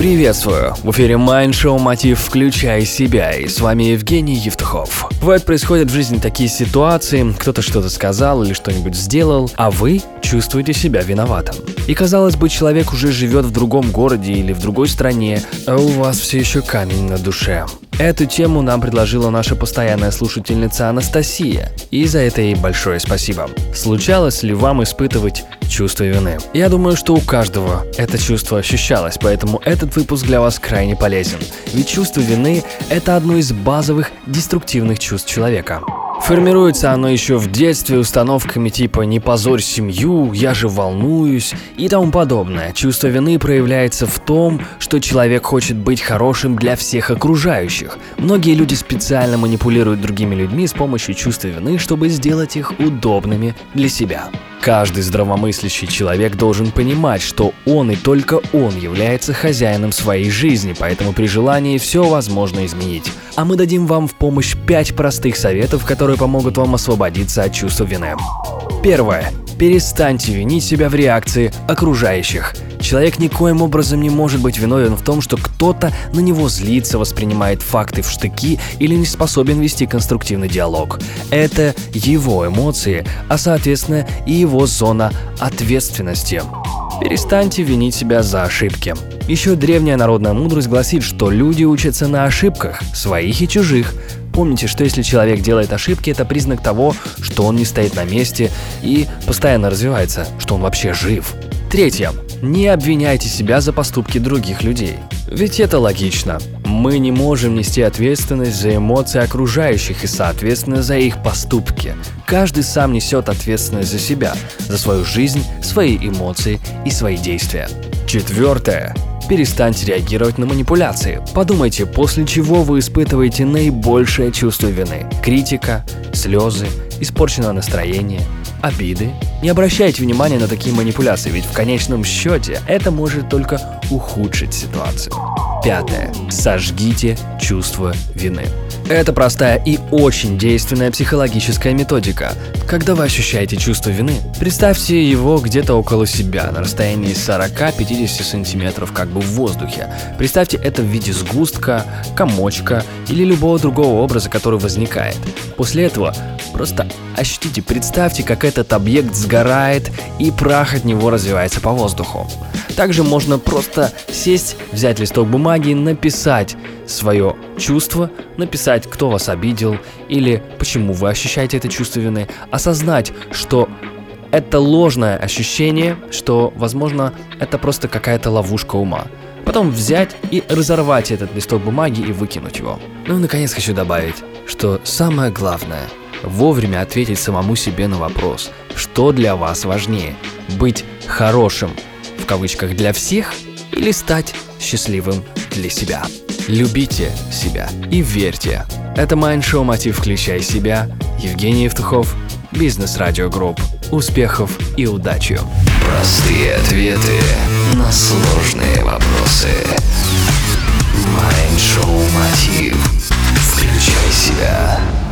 Приветствую! В эфире Майнд-шоу «Мотив. Включай себя» и с вами Евгений Евтухов. Бывает, происходят в жизни такие ситуации, кто-то что-то сказал или что-нибудь сделал, а вы чувствуете себя виноватым. И казалось бы, человек уже живет в другом городе или в другой стране, а у вас все еще камень на душе. Эту тему нам предложила наша постоянная слушательница Анастасия, и за это ей большое спасибо. Случалось ли вам испытывать чувство вины? Я думаю, что у каждого это чувство ощущалось, поэтому этот выпуск для вас крайне полезен. Ведь чувство вины – это одно из базовых деструктивных чувств человека. Формируется оно еще в детстве установками типа «не позорь семью», «я же волнуюсь» и тому подобное. Чувство вины проявляется в том, что человек хочет быть хорошим для всех окружающих. Многие люди специально манипулируют другими людьми с помощью чувства вины, чтобы сделать их удобными для себя. Каждый здравомыслящий человек должен понимать, что он и только он является хозяином своей жизни, поэтому при желании все возможно изменить. А мы дадим вам в помощь 5 простых советов, которые помогут вам освободиться от чувства вины. Первое. Перестаньте винить себя в реакции окружающих. Человек никоим образом не может быть виновен в том, что кто-то на него злится, воспринимает факты в штыки или не способен вести конструктивный диалог. Это его эмоции, а соответственно и его зона ответственности. Перестаньте винить себя за ошибки. Еще древняя народная мудрость гласит, что люди учатся на ошибках, своих и чужих. Помните, что если человек делает ошибки, это признак того, что он не стоит на месте и постоянно развивается, что он вообще жив. Третье. Не обвиняйте себя за поступки других людей. Ведь это логично. Мы не можем нести ответственность за эмоции окружающих и, соответственно, за их поступки. Каждый сам несет ответственность за себя, за свою жизнь, свои эмоции и свои действия. Четвертое. Перестаньте реагировать на манипуляции. Подумайте, после чего вы испытываете наибольшее чувство вины. Критика, слезы, испорченное настроение, обиды. Не обращайте внимания на такие манипуляции, ведь в конечном счете это может только ухудшить ситуацию. Пятое. Сожгите чувство вины. Это простая и очень действенная психологическая методика. Когда вы ощущаете чувство вины, представьте его где-то около себя, на расстоянии 40-50 сантиметров, как бы в воздухе. Представьте это в виде сгустка, комочка или любого другого образа, который возникает. После этого просто ощутите, представьте, как этот объект сгорает и прах от него развивается по воздуху. Также можно просто сесть, взять листок бумаги, написать свое чувство, написать, кто вас обидел или почему вы ощущаете это чувство вины, осознать, что это ложное ощущение, что, возможно, это просто какая-то ловушка ума. Потом взять и разорвать этот листок бумаги и выкинуть его. Ну и, наконец, хочу добавить, что самое главное – вовремя ответить самому себе на вопрос, что для вас важнее – быть хорошим, в кавычках, для всех или стать счастливым для себя. Любите себя и верьте. Это Майнд-шоу «Мотив. Включай себя». Евгений Евтухов, Бизнес Радио Групп. Успехов и удачи! Простые ответы на сложные вопросы. Майнд-шоу «Мотив. Включай себя».